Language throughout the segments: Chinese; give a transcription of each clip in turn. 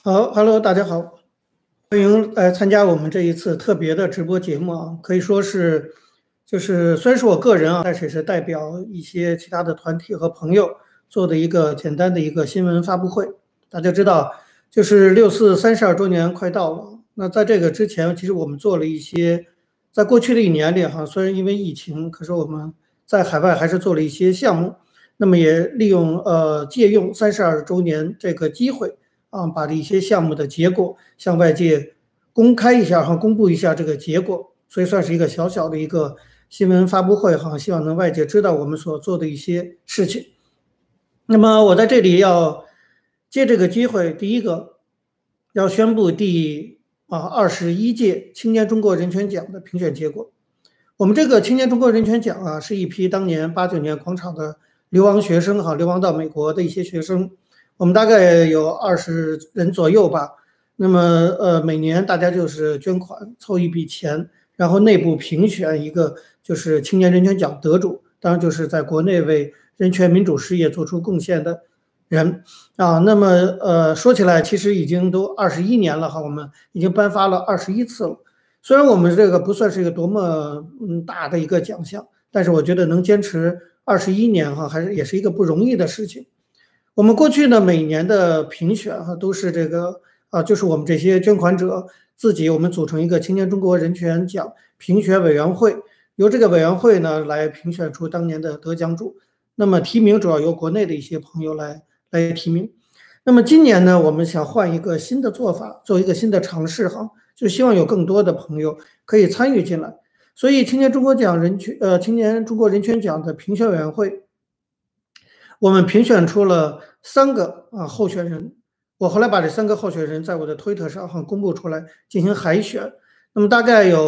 好，Hello，大家好，欢迎来参加我们这一次特别的直播节目啊，可以说是，虽然是我个人啊，但是也是代表一些其他的团体和朋友做的一个简单的一个新闻发布会。大家知道，就是6·432周年快到了，那在这个之前，其实我们做了一些，在过去的一年里哈，虽然因为疫情，可是我们在海外还是做了一些项目，那么也利用借用32周年这个机会。把这一些项目的结果向外界公开一下哈，公布一下这个结果，所以算是一个小小的一个新闻发布会哈，希望能外界知道我们所做的一些事情。那么我在这里要借这个机会，第一个要宣布第21届青年中国人权奖的评选结果。我们这个青年中国人权奖啊，是一批当年89年广场的流亡学生哈，流亡到美国的一些学生。我们大概有20人左右吧，那么每年大家就是捐款凑一笔钱，然后内部评选一个就是青年人权奖得主，当然就是在国内为人权民主事业做出贡献的人啊。那么说起来其实已经都21年了哈，我们已经颁发了21次了。虽然我们这个不算是一个多么大的一个奖项，但是我觉得能坚持21年哈，也是一个不容易的事情。我们过去呢，每年的评选哈都是这个就是我们这些捐款者自己，我们组成一个青年中国人权奖评选委员会，由这个委员会呢来评选出当年的得奖主。那么提名主要由国内的一些朋友来提名。那么今年呢，我们想换一个新的做法，做一个新的尝试哈，就希望有更多的朋友可以参与进来。所以青年中国青年中国人权奖的评选委员会。我们评选出了3个候选人，我后来把这3个候选人在我的推特上公布出来进行海选，那么大概有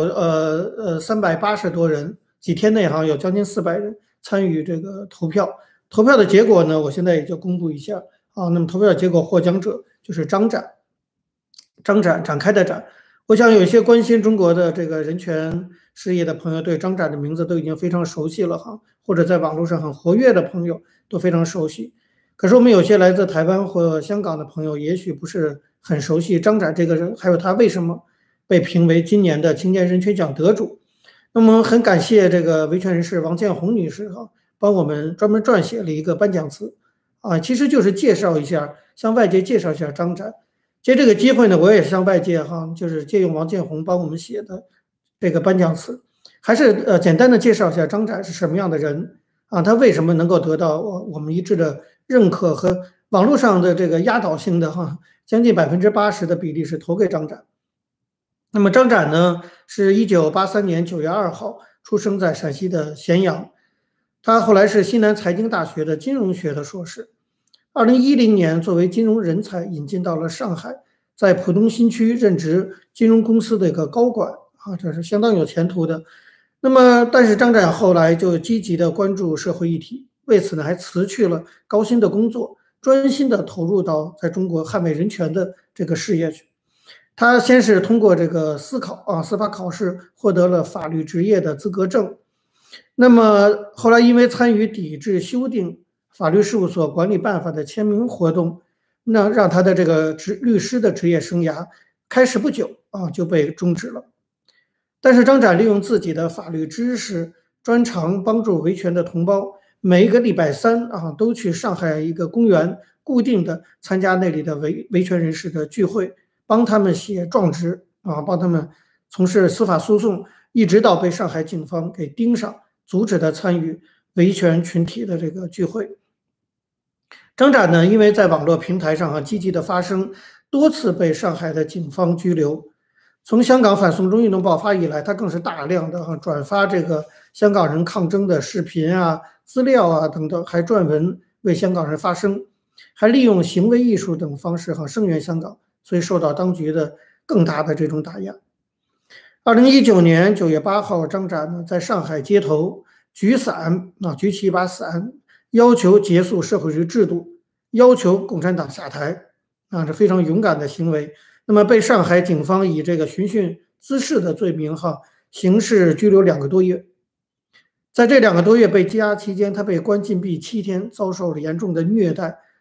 380多人，几天内有将近400人参与这个投票。投票的结果呢，我现在也就公布一下啊。那么投票的结果获奖者就是张展，展开的展。我想有一些关心中国的这个人权事业的朋友，对张展的名字都已经非常熟悉了哈，或者在网络上很活跃的朋友都非常熟悉。可是我们有些来自台湾或香港的朋友，也许不是很熟悉张展这个人，还有他为什么被评为今年的青年人权奖得主。那么很感谢这个维权人士王建红女士帮我们专门撰写了一个颁奖词其实就是介绍一下，向外界介绍一下张展。借这个机会呢，我也向外界就是借用王建红帮我们写的这个颁奖词，还是简单的介绍一下张展是什么样的人他为什么能够得到我们一致的认可和网络上的这个压倒性的将近80%的比例是投给张展。那么张展呢，是1983年9月2号出生在陕西的咸阳，他后来是西南财经大学的金融学的硕士。2010年，作为金融人才引进到了上海，在浦东新区任职金融公司的一个高管这是相当有前途的。那么，但是张展后来就积极的关注社会议题，为此呢还辞去了高薪的工作，专心的投入到在中国捍卫人权的这个事业去。他先是通过这个司法考试获得了法律职业的资格证，那么后来因为参与抵制修订法律事务所管理办法的签名活动，那让他的这个律师的职业生涯开始不久就被终止了。但是张展利用自己的法律知识，专长帮助维权的同胞，每一个礼拜三都去上海一个公园固定的参加那里的维权人士的聚会，帮他们写状纸帮他们从事司法诉讼，一直到被上海警方给盯上，阻止他参与维权群体的这个聚会。张展呢，因为在网络平台上积极的发声，多次被上海的警方拘留。从香港反送中运动爆发以来，他更是大量的转发这个香港人抗争的视频资料等等，还撰文为香港人发声，还利用行为艺术等方式声援香港，所以受到当局的更大的这种打压。2019年9月8号，张展呢在上海街头举伞举起一把伞，要求结束社会主义制度，要求共产党下台这非常勇敢的行为。那么被上海警方以这个寻衅滋事的罪名刑事拘留2个多月。在这2个多月被羁押期间，他被关禁闭7天，遭受了严重的虐待，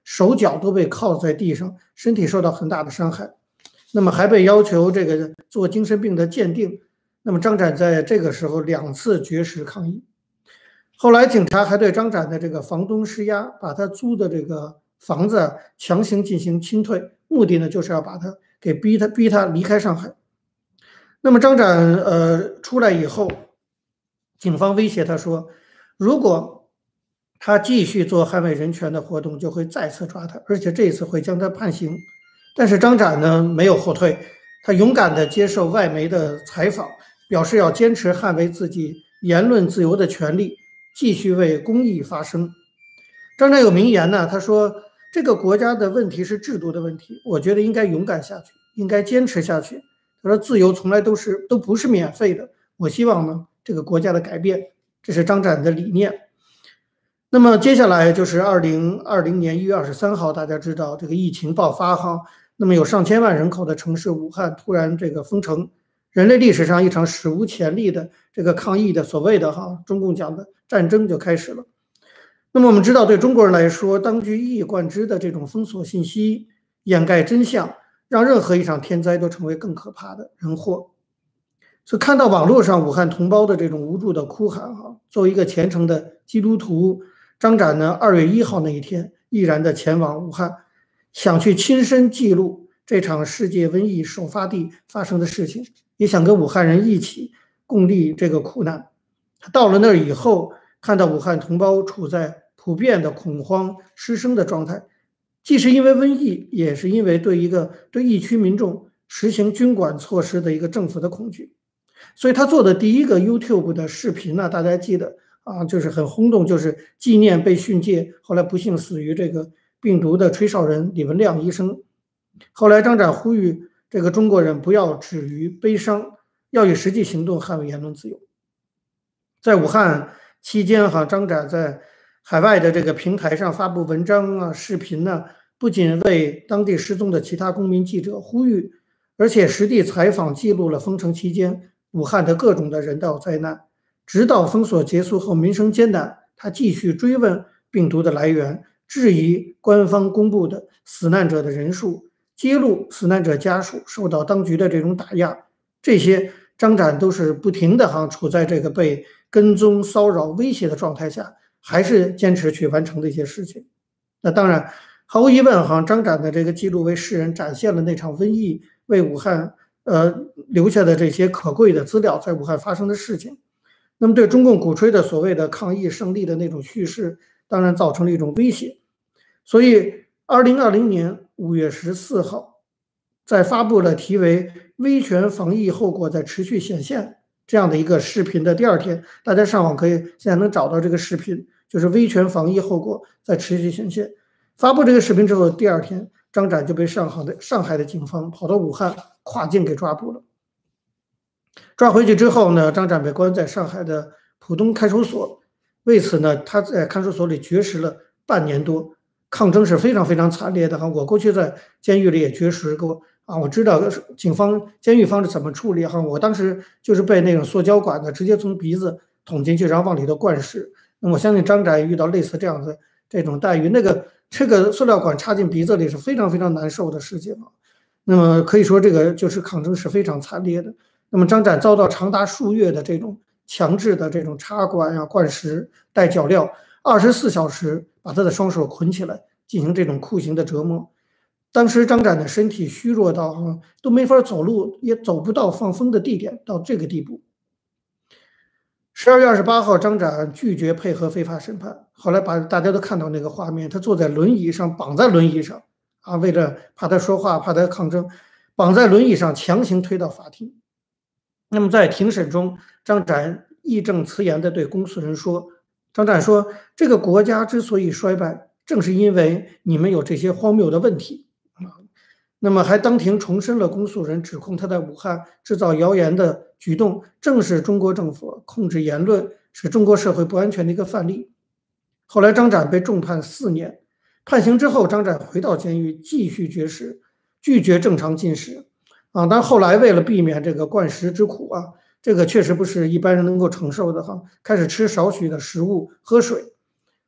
手脚都被铐在地上，身体受到很大的伤害。那么还被要求这个做精神病的鉴定。那么张展在这个时候2次绝食抗议。后来警察还对张展的这个房东施压，把他租的这个房子强行进行清退，目的呢就是要把他给逼他离开上海。那么张展出来以后，警方威胁他说，如果他继续做捍卫人权的活动，就会再次抓他，而且这一次会将他判刑。但是张展呢没有后退，他勇敢地接受外媒的采访，表示要坚持捍卫自己言论自由的权利，继续为公益发声。张展有名言呢，他说这个国家的问题是制度的问题，我觉得应该勇敢下去，应该坚持下去。他说自由从来都不是免费的，我希望呢这个国家的改变，这是张展的理念。那么接下来就是2020年1月23号，大家知道这个疫情爆发哈，那么有上千万人口的城市武汉突然这个封城，人类历史上一场史无前例的这个抗疫的所谓的中共讲的战争就开始了。那么我们知道，对中国人来说，当局一以贯之的这种封锁信息、掩盖真相，让任何一场天灾都成为更可怕的人祸。所以看到网络上武汉同胞的这种无助的哭喊作为一个虔诚的基督徒，张展呢2月1号那一天毅然的前往武汉，想去亲身记录这场世界瘟疫首发地发生的事情，也想跟武汉人一起共历这个苦难。他到了那儿以后，看到武汉同胞处在普遍的恐慌失声的状态，既是因为瘟疫，也是因为对疫区民众实行军管措施的一个政府的恐惧。所以他做的第一个 YouTube 的视频呢，大家记得就是很轰动，就是纪念被训诫后来不幸死于这个病毒的吹哨人李文亮医生。后来张展呼吁这个中国人不要止于悲伤，要以实际行动捍卫言论自由。在武汉期间张展在海外的这个平台上发布文章视频呢，不仅为当地失踪的其他公民记者呼吁，而且实地采访记录了封城期间武汉的各种的人道灾难。直到封锁结束后民生艰难，他继续追问病毒的来源，质疑官方公布的死难者的人数，揭露死难者家属受到当局的这种打压。这些张展都是不停的处在这个被跟踪骚扰威胁的状态下，还是坚持去完成的一些事情。那当然毫无疑问张展的这个记录为世人展现了那场瘟疫为武汉留下的这些可贵的资料，在武汉发生的事情。那么对中共鼓吹的所谓的抗疫胜利的那种叙事，当然造成了一种威胁。所以2020年5月14号，在发布了题为威权防疫后果在持续显现这样的一个视频的第二天，大家上网可以现在能找到这个视频，就是威权防疫后果在持续显现。发布这个视频之后，第二天张展就被上海的警方跑到武汉跨境给抓捕了。抓回去之后呢，张展被关在上海的浦东看守所。为此呢，他在看守所里绝食了半年多，抗争是非常非常惨烈的我过去在监狱里也绝食过我知道监狱方是怎么处理我当时就是被那种塑胶管子直接从鼻子捅进去，然后往里头灌食。那我相信张展遇到类似这样的这种待遇，这个塑料管插进鼻子里是非常非常难受的事情那么可以说这个就是抗争是非常惨烈的。那么张展遭到长达数月的这种强制的这种插管灌食、戴脚镣，24小时把他的双手捆起来进行这种酷刑的折磨。当时张展的身体虚弱到都没法走路，也走不到放风的地点，到这个地步。12月28号，张展拒绝配合非法审判，后来把大家都看到那个画面，他坐在轮椅上，绑在轮椅上为了怕他说话，怕他抗争，绑在轮椅上强行推到法庭。那么在庭审中，张展义正辞严地对公诉人说，张展说，这个国家之所以衰败，正是因为你们有这些荒谬的问题那么还当庭重申了公诉人指控他在武汉制造谣言的举动，正是中国政府控制言论，使中国社会不安全的一个范例。后来张展被重判4年，判刑之后，张展回到监狱继续绝食，拒绝正常进食但后来为了避免这个灌食之苦这个确实不是一般人能够承受的开始吃少许的食物，喝水。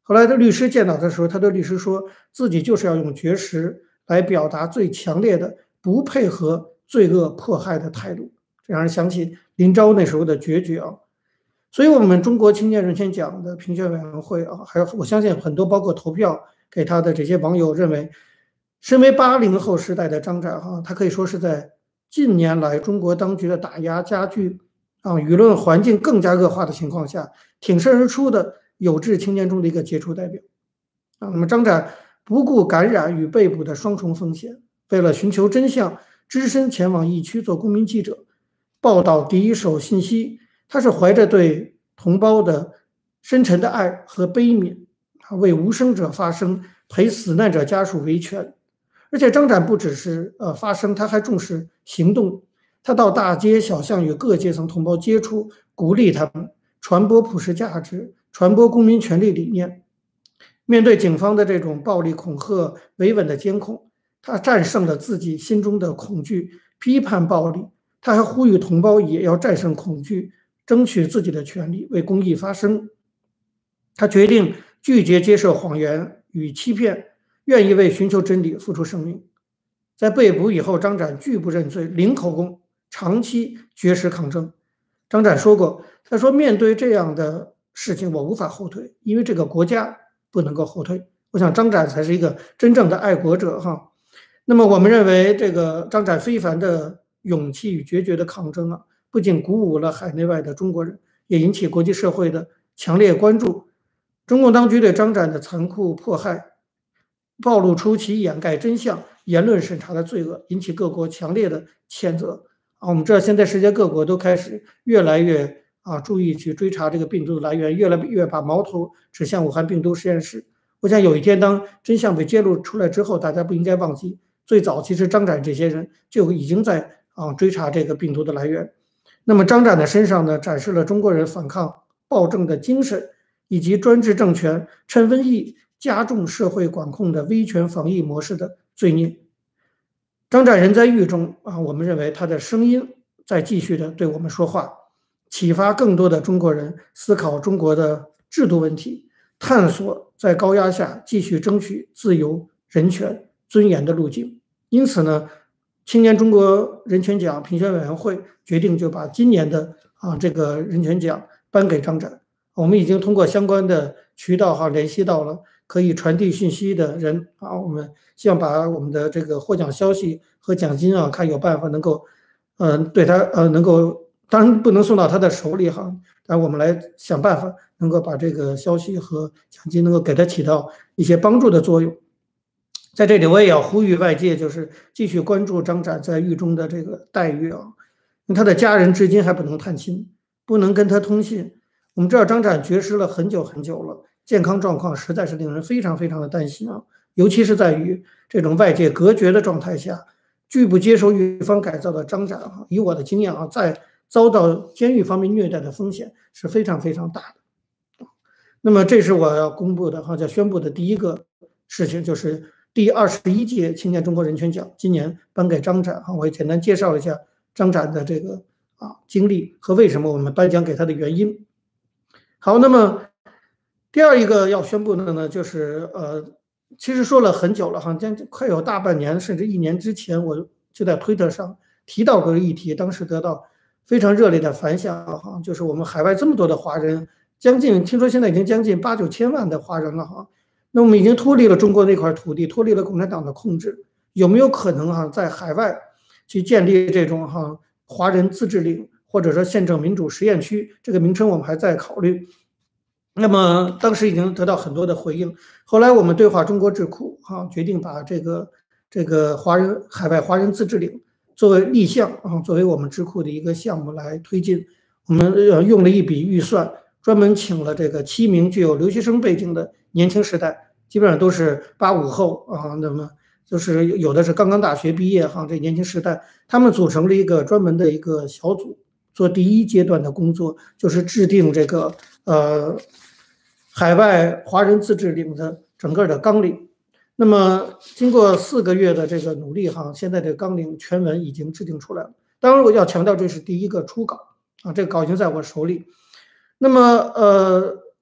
后来的律师见到的时候，他对律师说自己就是要用绝食来表达最强烈的不配合罪恶迫害的态度，这让人想起林昭那时候的决绝啊。所以，我们中国青年人权奖的评选委员会啊，还有我相信很多包括投票给他的这些网友认为，身为80后时代的张展哈，他可以说是在近年来中国当局的打压加剧啊，舆论环境更加恶化的情况下，挺身而出的有志青年中的一个杰出代表啊。那么张展不顾感染与被捕的双重风险，为了寻求真相，只身前往疫区做公民记者，报道第一手信息。他是怀着对同胞的深沉的爱和悲悯，为无声者发声，陪死难者家属维权。而且张展不只是发声，他还重视行动。他到大街小巷与各阶层同胞接触，鼓励他们传播普世价值，传播公民权利理念。面对警方的这种暴力恐吓、维稳的监控，他战胜了自己心中的恐惧，批判暴力。他还呼吁同胞也要战胜恐惧，争取自己的权利，为公益发声。他决定拒绝接受谎言与欺骗，愿意为寻求真理付出生命。在被捕以后，张展拒不认罪，零口供，长期绝食抗争。张展说过，他说面对这样的事情，我无法后退，因为这个国家不能够后退。我想张展才是一个真正的爱国者哈。那么我们认为，这个张展非凡的勇气与决绝的抗争啊，不仅鼓舞了海内外的中国人，也引起国际社会的强烈关注。中共当局对张展的残酷迫害，暴露出其掩盖真相、言论审查的罪恶，引起各国强烈的谴责。啊，我们知道现在世界各国都开始越来越注意去追查这个病毒的来源，越来越把矛头指向武汉病毒实验室。我想有一天当真相被揭露出来之后，大家不应该忘记，最早其实张展这些人就已经在追查这个病毒的来源。那么张展的身上呢，展示了中国人反抗暴政的精神，以及专制政权趁瘟疫加重社会管控的威权防疫模式的罪孽。张展人在狱中我们认为他的声音在继续的对我们说话，启发更多的中国人思考中国的制度问题，探索在高压下继续争取自由、人权、尊严的路径。因此呢，青年中国人权奖评选委员会决定就把今年的这个人权奖颁给张展。我们已经通过相关的渠道联系到了可以传递信息的人我们希望把我们的这个获奖消息和奖金看有办法能够对他能够，当然不能送到他的手里但我们来想办法能够把这个消息和奖金能够给他起到一些帮助的作用。在这里我也要呼吁外界，就是继续关注张展在狱中的这个待遇因为他的家人至今还不能探亲，不能跟他通信。我们知道张展绝食了很久很久了，健康状况实在是令人非常非常的担心尤其是在于这种外界隔绝的状态下，拒不接受狱方改造的张展以我的经验在遭到监狱方面虐待的风险是非常非常大的。那么这是我要公布的叫宣布的第一个事情，就是第21届青年中国人权奖今年颁给张展我也简单介绍一下张展的这个经历和为什么我们颁奖给他的原因。好，那么第二一个要宣布的呢，就是其实说了很久了将快有大半年甚至1年之前，我就在推特上提到过议题，当时得到非常热烈的反响就是我们海外这么多的华人，听说现在已经将近8、9千万的华人了那我们已经脱离了中国那块土地，脱离了共产党的控制，有没有可能在海外去建立这种华人自治领或者说宪政民主实验区，这个名称我们还在考虑。那么当时已经得到很多的回应，后来我们对话中国智库决定把这个海外华人自治领作为立项作为我们智库的一个项目来推进。我们用了一笔预算，专门请了这个7名具有留学生背景的年轻时代，基本上都是85后那么就是有的是刚刚大学毕业这年轻时代，他们组成了一个专门的一个小组，做第一阶段的工作，就是制定这个海外华人自治领的整个的纲领。那么经过4个月的这个努力现在这个纲领全文已经制定出来了。当然我要强调，这是第一个初稿这个稿已经在我手里。那么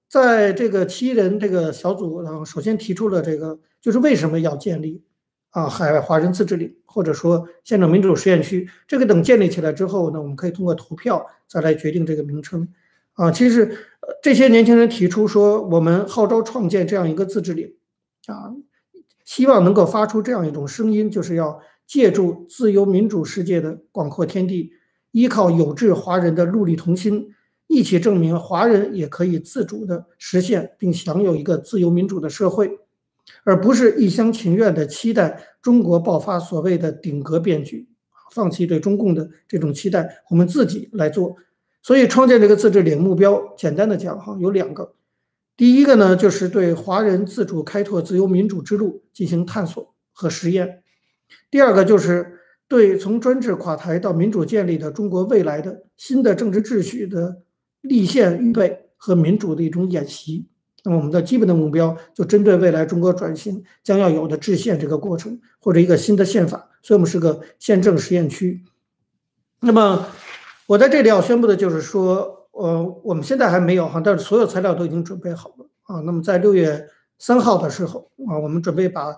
在这个7人这个小组，然后首先提出了这个，就是为什么要建立海外华人自治领，或者说宪政民主实验区。这个等建立起来之后呢，我们可以通过投票再来决定这个名称。其实这些年轻人提出说，我们号召创建这样一个自治领，希望能够发出这样一种声音，就是要借助自由民主世界的广阔天地，依靠有志华人的戮力同心，一起证明华人也可以自主地实现并享有一个自由民主的社会，而不是一厢情愿地期待中国爆发所谓的顶格变局，放弃对中共的这种期待，我们自己来做。所以创建这个自治领目标，简单的讲有2个。第一个呢，就是对华人自主开拓自由民主之路进行探索和实验；第2个就是对从专制垮台到民主建立的中国未来的新的政治秩序的立宪预备和民主的一种演习。那么我们的基本的目标就针对未来中国转型将要有的制宪这个过程，或者一个新的宪法，所以我们是个宪政实验区。那么我在这里要宣布的就是说，我们现在还没有但是所有材料都已经准备好了那么在6月3号的时候我们准备把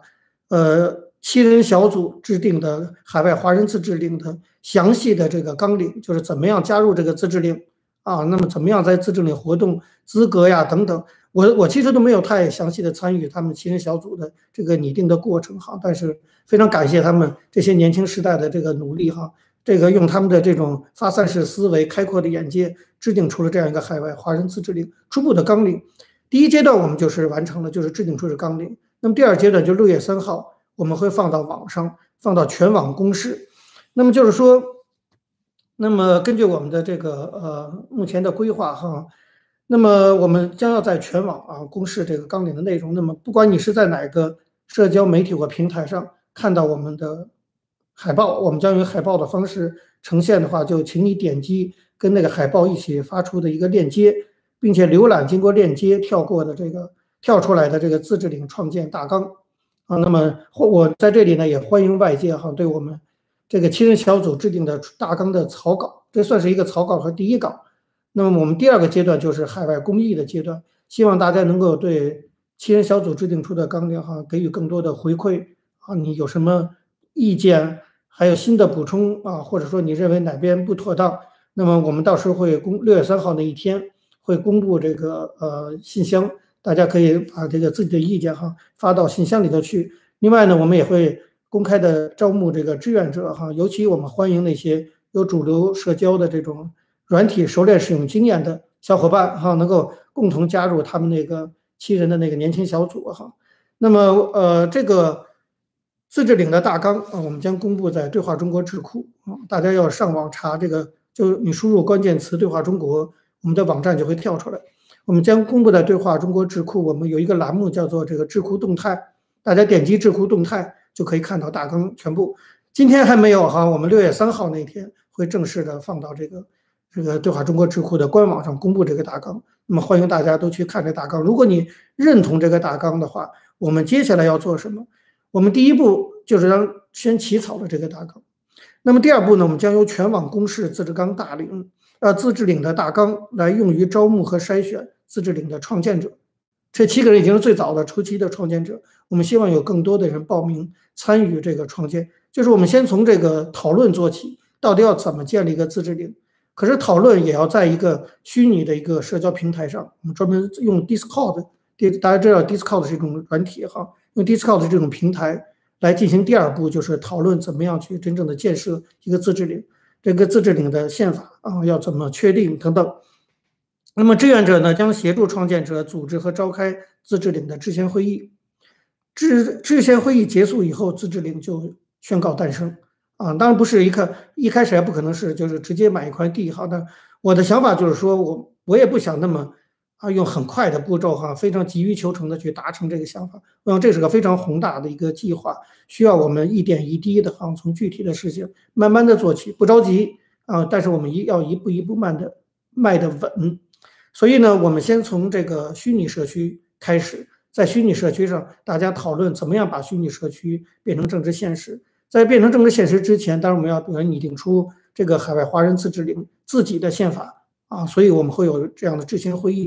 7人小组制定的海外华人自治领的详细的这个纲领，就是怎么样加入这个自治领那么怎么样在自治领活动资格呀等等，我其实都没有太详细的参与他们7人小组的这个拟定的过程但是非常感谢他们这些年轻时代的这个努力这个用他们的这种发散式思维、开阔的眼界，制定出了这样一个海外华人自治领初步的纲领。第一阶段我们就是完成了，就是制定出这纲领。那么第2阶段就6月3号，我们会放到网上，放到全网公示。那么就是说，那么根据我们的这个目前的规划那么我们将要在全网公示这个纲领的内容。那么不管你是在哪个社交媒体或平台上看到我们的海报，我们将用海报的方式呈现的话，就请你点击跟那个海报一起发出的一个链接，并且浏览经过链接跳出来的这个自治领创建大纲那么我在这里呢也欢迎外界对我们这个7人小组制定的大纲的草稿，这算是一个草稿和第一稿。那么我们第2个阶段就是海外公益的阶段，希望大家能够对7人小组制定出的纲领给予更多的回馈你有什么意见？还有新的补充或者说你认为哪边不妥当，那么我们到时候会6月3号那一天会公布这个信箱，大家可以把这个自己的意见发到信箱里头去。另外呢，我们也会公开的招募这个志愿者尤其我们欢迎那些有主流社交的这种软体熟练使用经验的小伙伴能够共同加入他们那个7人的那个年轻小组那么这个自治领的大纲我们将公布在对话中国智库大家要上网查这个，就你输入关键词对话中国，我们的网站就会跳出来。我们将公布在对话中国智库，我们有一个栏目叫做这个智库动态，大家点击智库动态就可以看到大纲全部。今天还没有我们6月3号那天会正式的放到这个对话中国智库的官网上公布这个大纲。那么欢迎大家都去看这大纲。如果你认同这个大纲的话，我们接下来要做什么？我们第一步就是先起草了这个大纲。那么第2步呢，我们将由全网公示自治领的大纲来用于招募和筛选自治领的创建者。这7个人已经是最早的初期的创建者，我们希望有更多的人报名参与这个创建。就是我们先从这个讨论做起，到底要怎么建立一个自治领。可是讨论也要在一个虚拟的一个社交平台上，我们专门用 Discord， 大家知道 Discord 是一种软体用 Discord 这种平台来进行第2步，就是讨论怎么样去真正的建设一个自治领，这个自治领的宪法要怎么确定等等。那么志愿者呢，将协助创建者组织和召开自治领的制宪会议。制宪会议结束以后，自治领就宣告诞生当然不是一开始也不可能是就是直接买一块地但我的想法就是说我也不想那么用很快的步骤非常急于求成的去达成这个想法。我想这是个非常宏大的一个计划，需要我们一点一滴的从具体的事情慢慢的做起，不着急但是我们要一步一步迈得稳。所以呢，我们先从这个虚拟社区开始，在虚拟社区上大家讨论怎么样把虚拟社区变成政治现实。在变成政治现实之前，当然我们要拟定出这个海外华人自治领自己的宪法所以我们会有这样的制宪会议。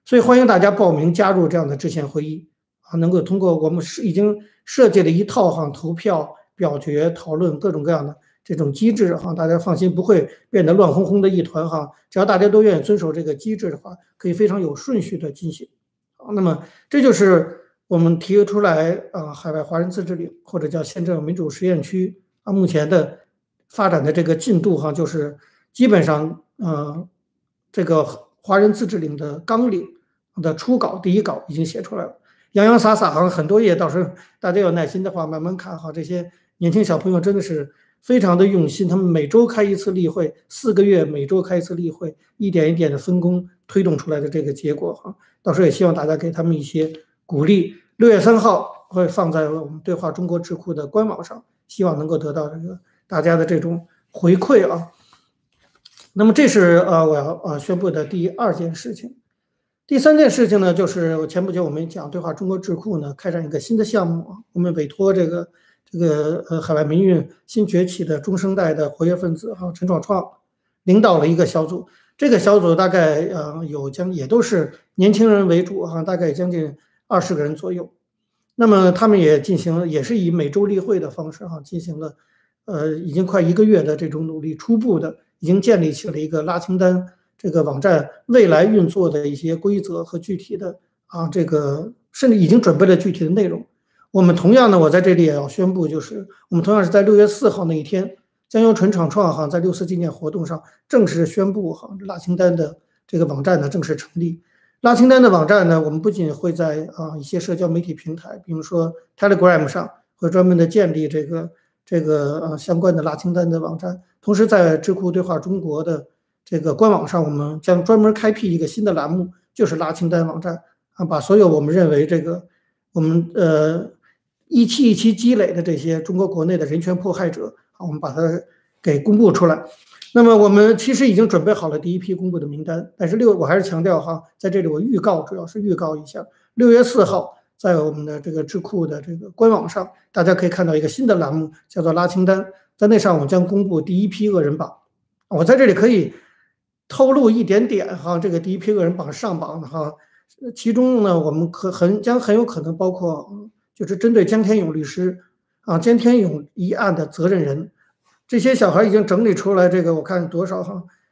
所以欢迎大家报名加入这样的制宪会议啊，能够通过我们已经设计了一套投票、表决、讨论各种各样的这种机制大家放心，不会变得乱哄哄的一团只要大家都愿意遵守这个机制的话，可以非常有顺序的进行。那么这就是我们提出来海外华人自治领或者叫宪政民主实验区目前的发展的这个进度就是基本上这个华人自治领的纲领的初稿第一稿已经写出来了，洋洋洒洒很多页，到时候大家有耐心的话慢慢看这些年轻小朋友真的是非常的用心，他们每周开一次例会，4个月每周开一次例会，一点一点的分工推动出来的这个结果到时候也希望大家给他们一些鼓励。6月3号会放在我们对话中国智库的官网上，希望能够得到这个大家的这种回馈那么这是我要宣布的第2件事情。第3件事情呢，就是前不久我们讲对话中国智库呢开展一个新的项目我们委托这个海外民运新崛起的中生代的活跃分子陈闯创领导了一个小组。这个小组大概也都是年轻人为主大概将近20个人左右。那么他们也是以每周例会的方式进行了已经快1个月的这种努力，初步的已经建立起了一个拉清单这个网站未来运作的一些规则和具体的这个甚至已经准备了具体的内容。我们同样呢，我在这里也要宣布，就是我们同样是在6月4号那一天，将由陈闯创在6·4纪念活动上正式宣布拉清单的这个网站呢正式成立。拉清单的网站呢，我们不仅会在一些社交媒体平台，比如说 Telegram 上会专门的建立这个相关的拉清单的网站，同时在智库对话中国的这个官网上，我们将专门开辟一个新的栏目，就是拉清单网站把所有我们认为这个我们一期积累的这些中国国内的人权迫害者我们把它给公布出来。那么我们其实已经准备好了第一批公布的名单，但是我还是强调在这里我主要是预告一下，6月4号在我们的这个智库的这个官网上，大家可以看到一个新的栏目，叫做拉清单。在那上我们将公布第一批恶人榜。我在这里可以透露一点点这个第一批恶人榜上榜的其中呢，我们将很有可能包括就是针对江天勇律师江天勇一案的责任人。这些小孩已经整理出来，这个我看多少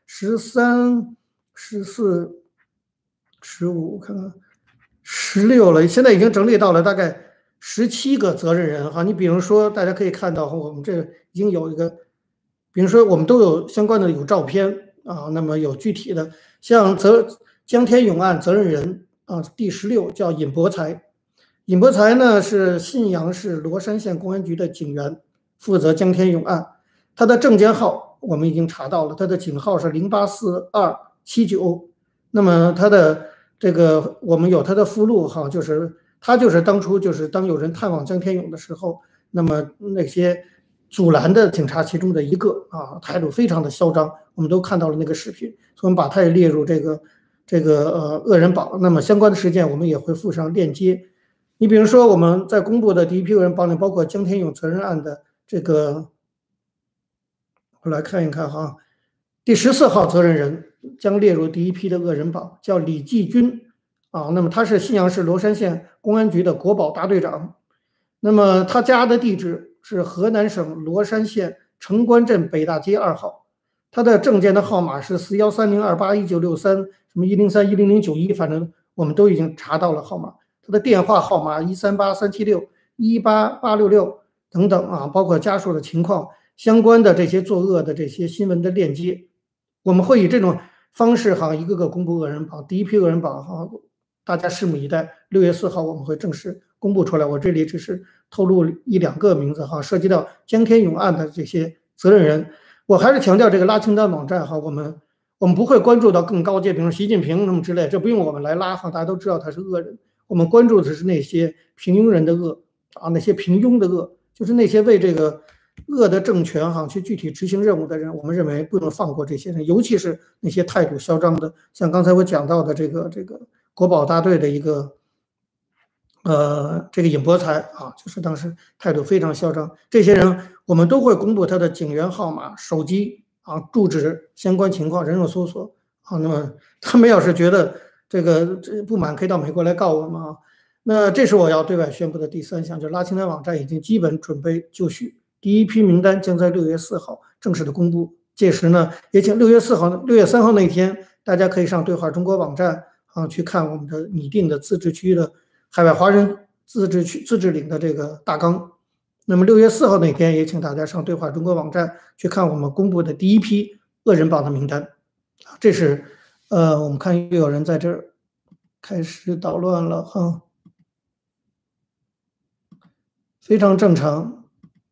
13、14、15，看看16了，现在已经整理到了大概17个责任人你比如说，大家可以看到我们这已经有一个，比如说我们都有相关的有照片那么有具体的，像江天勇案责任人第16叫尹博才。尹博才呢是信阳市罗山县公安局的警员，负责江天勇案。他的证件号我们已经查到了，他的警号是084279。那么他的这个我们有他的附录就是他就是当初就是当有人探望江天勇的时候，那么那些阻拦的警察其中的一个态度非常的嚣张，我们都看到了那个视频，所以我们把他也列入这个恶人榜。那么相关的事件我们也会附上链接。你比如说我们在公布的第一批恶人榜里，包括江天勇责任案的这个，我来看一看第14号责任人将列入第一批的恶人榜，叫李继军那么他是信阳市罗山县公安局的国保大队长。那么他家的地址是河南省罗山县城关镇北大街2号。他的证件的号码是4130281963什么1031091，反正我们都已经查到了号码。他的电话号码13837618866等等包括家属的情况，相关的这些作恶的这些新闻的链接，我们会以这种方式一个个公布恶人榜。第一批恶人榜大家拭目以待。6月4号我们会正式公布出来。我这里只是透露1、2个名字涉及到江天勇案的这些责任人。我还是强调这个拉清单网站我们不会关注到更高阶，比如习近平什么之类，这不用我们来拉大家都知道他是恶人。我们关注的是那些平庸人的恶那些平庸的恶，就是那些为这个恶的政权去具体执行任务的人，我们认为不能放过这些人，尤其是那些态度嚣张的，像刚才我讲到的这个国保大队的一个这个尹博才就是当时态度非常嚣张。这些人我们都会公布他的警员号码、手机住址相关情况、人肉搜索那么他们要是觉得这不满可以到美国来告我们啊。那这是我要对外宣布的第3项，就是拉清单网站已经基本准备就绪，第一批名单将在6月4号正式的公布。届时呢，也请6月3号那天，大家可以上对话中国网站去看我们的拟定的自治区的海外华人自治领的这个大纲。那么6月4号那天，也请大家上对话中国网站去看我们公布的第一批恶人榜的名单。这是我们看又有人在这儿开始捣乱了哈。非常正常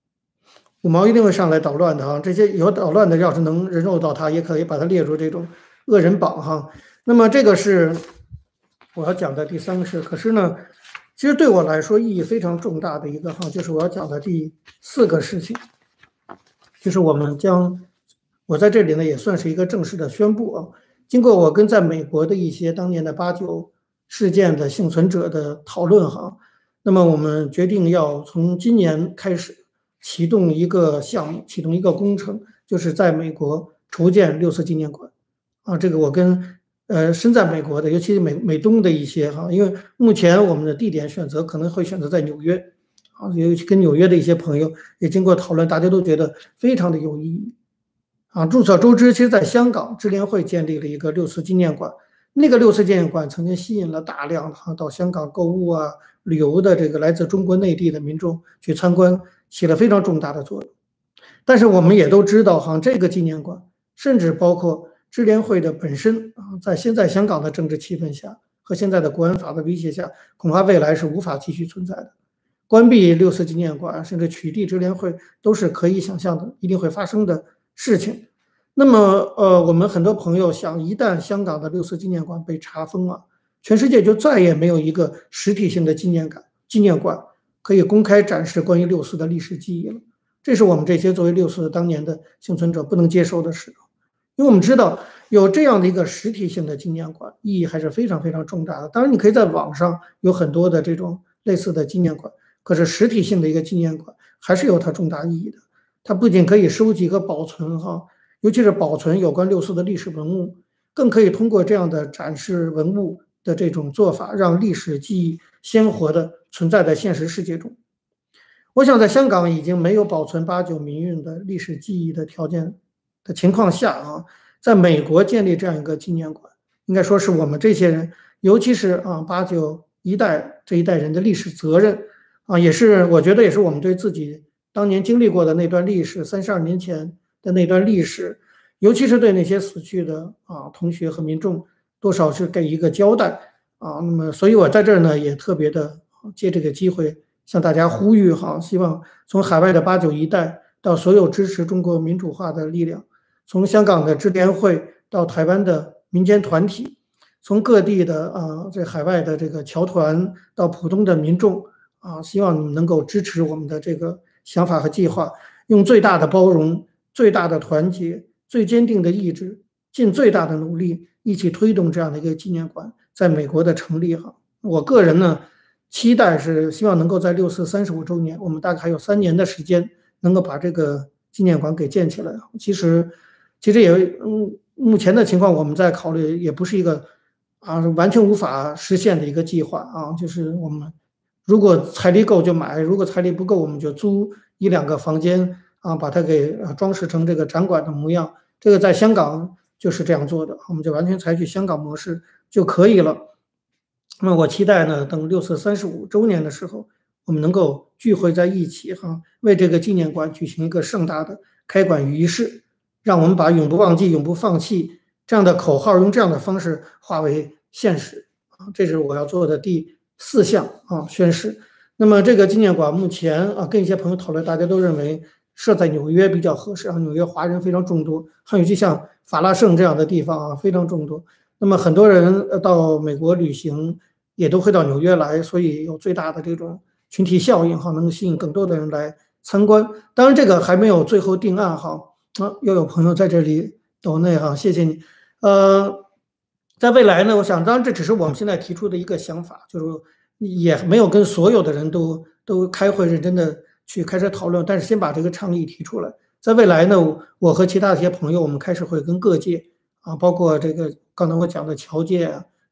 ，5毛一定会上来捣乱的哈。这些有捣乱的，要是能人肉到他，也可以把他列入这种恶人榜哈。那么这个是我要讲的第3个事。可是呢，其实对我来说意义非常重大的一个哈，就是我要讲的第4个事情，就是我在这里呢也算是一个正式的宣布啊。经过我跟在美国的一些当年的8·9事件的幸存者的讨论哈。那么我们决定要从今年开始启动一个项目，启动一个工程，就是在美国筹建6四纪念馆啊。这个我跟身在美国的，尤其是美东的一些哈，因为目前我们的地点选择可能会选择在纽约啊，尤其跟纽约的一些朋友也经过讨论，大家都觉得非常的有意义啊。众所周知，其实在香港支联会建立了一个6四纪念馆，那个6四纪念馆曾经吸引了大量的到香港购物啊、旅游的这个来自中国内地的民众去参观，起了非常重大的作用。但是我们也都知道，这个纪念馆，甚至包括支联会的本身啊，在现在香港的政治气氛下和现在的国安法的威胁下，恐怕未来是无法继续存在的。关闭6四纪念馆，甚至取缔支联会，都是可以想象的，一定会发生的事情。那么，我们很多朋友想，一旦香港的6四纪念馆被查封了，全世界就再也没有一个实体性的纪念馆可以公开展示关于6四的历史记忆了。这是我们这些作为6四当年的幸存者不能接受的事，因为我们知道有这样的一个实体性的纪念馆，意义还是非常非常重大的。当然，你可以在网上有很多的这种类似的纪念馆，可是实体性的一个纪念馆还是有它重大意义的。它不仅可以收集和保存尤其是保存有关6四的历史文物，更可以通过这样的展示文物的这种做法，让历史记忆鲜活地存在在现实世界中。我想在香港已经没有保存8·9民运的历史记忆的条件的情况下在美国建立这样一个纪念馆，应该说是我们这些人，尤其是8·9这一代人的历史责任也是我觉得也是我们对自己当年经历过的那段历史，32年前的那段历史，尤其是对那些死去的同学和民众，多少是给一个交代那么，所以我在这儿呢也特别的借这个机会向大家呼吁希望从海外的8·9一代到所有支持中国民主化的力量，从香港的支联会到台湾的民间团体，从各地的这海外的这个侨团到普通的民众希望你们能够支持我们的这个想法和计划，用最大的包容、最大的团结、最坚定的意志，尽最大的努力，一起推动这样的一个纪念馆在美国的成立我个人呢，期待是希望能够在6四35周年，我们大概还有3年的时间，能够把这个纪念馆给建起来。其实也目前的情况，我们在考虑也不是一个完全无法实现的一个计划就是我们如果财力够就买，如果财力不够，我们就租1-2个房间把它给装饰成这个展馆的模样。这个在香港就是这样做的，我们就完全采取香港模式就可以了。那么我期待呢，等6四35周年的时候，我们能够聚会在一起为这个纪念馆举行一个盛大的开馆仪式，让我们把永不忘记、永不放弃这样的口号用这样的方式化为现实这是我要做的第4项宣誓。那么这个纪念馆目前跟一些朋友讨论，大家都认为设在纽约比较合适纽约华人非常众多，尤其像法拉盛这样的地方非常众多。那么很多人到美国旅行也都会到纽约来，所以有最大的这种群体效应能吸引更多的人来参观。当然这个还没有最后定案又有朋友在这里抖内谢谢你。在未来呢，我想当然这只是我们现在提出的一个想法，就是也没有跟所有的人都开会认真的去开始讨论，但是先把这个倡议提出来。在未来呢，我和其他的一些朋友，我们开始会跟各界包括这个刚才我讲的侨界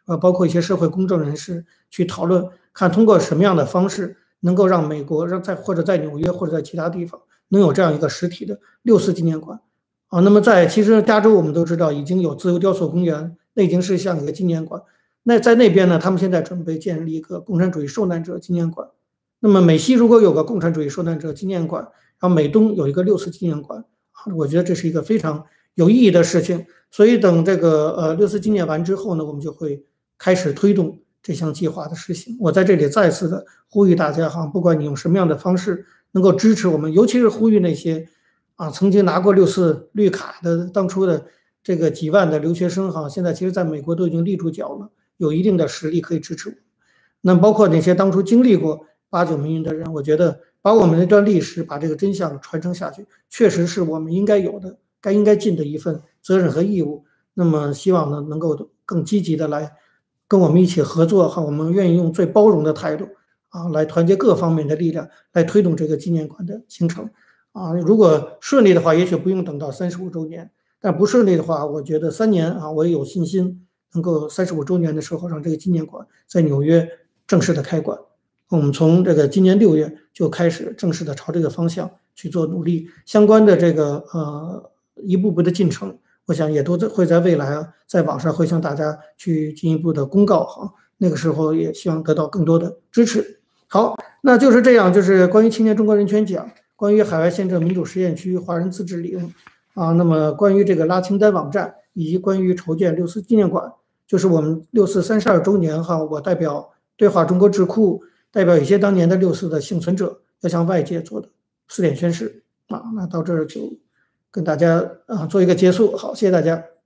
包括一些社会公正人士去讨论，看通过什么样的方式能够让美国或者在纽约或者在其他地方能有这样一个实体的6·4纪念馆啊。那么其实加州我们都知道已经有自由雕塑公园，那已经是像一个纪念馆。那在那边呢，他们现在准备建立一个共产主义受难者纪念馆。那么美西如果有个共产主义受难者纪念馆，然后美东有一个6·4纪念馆，我觉得这是一个非常有意义的事情。所以等这个6·4纪念完之后呢，我们就会开始推动这项计划的实行。我在这里再次的呼吁大家不管你用什么样的方式能够支持我们，尤其是呼吁那些曾经拿过6·4绿卡的当初的这个几万的留学生现在其实在美国都已经立住脚了，有一定的实力可以支持我们。那包括那些当初经历过8·9民运的人，我觉得把我们那段历史，把这个真相传承下去，确实是我们应该有的、应该尽的一份责任和义务。那么希望呢，能够更积极的来跟我们一起合作我们愿意用最包容的态度来团结各方面的力量，来推动这个纪念馆的形成如果顺利的话，也许不用等到35周年，但不顺利的话，我觉得3年我也有信心能够35周年的时候让这个纪念馆在纽约正式的开馆。我们从这个今年6月就开始正式的朝这个方向去做努力，相关的这个一步步的进程，我想也都会在未来在网上会向大家去进一步的公告那个时候也希望得到更多的支持。好，那就是这样，就是关于青年中国人权奖，关于海外宪政民主实验区华人自治领那么关于这个拉清单网站，以及关于筹建6·4纪念馆，就是我们6·4 32周年我代表对话中国智库，代表一些当年的6·4的幸存者，要向外界做的4点宣誓那到这儿就跟大家做一个结束。好，谢谢大家。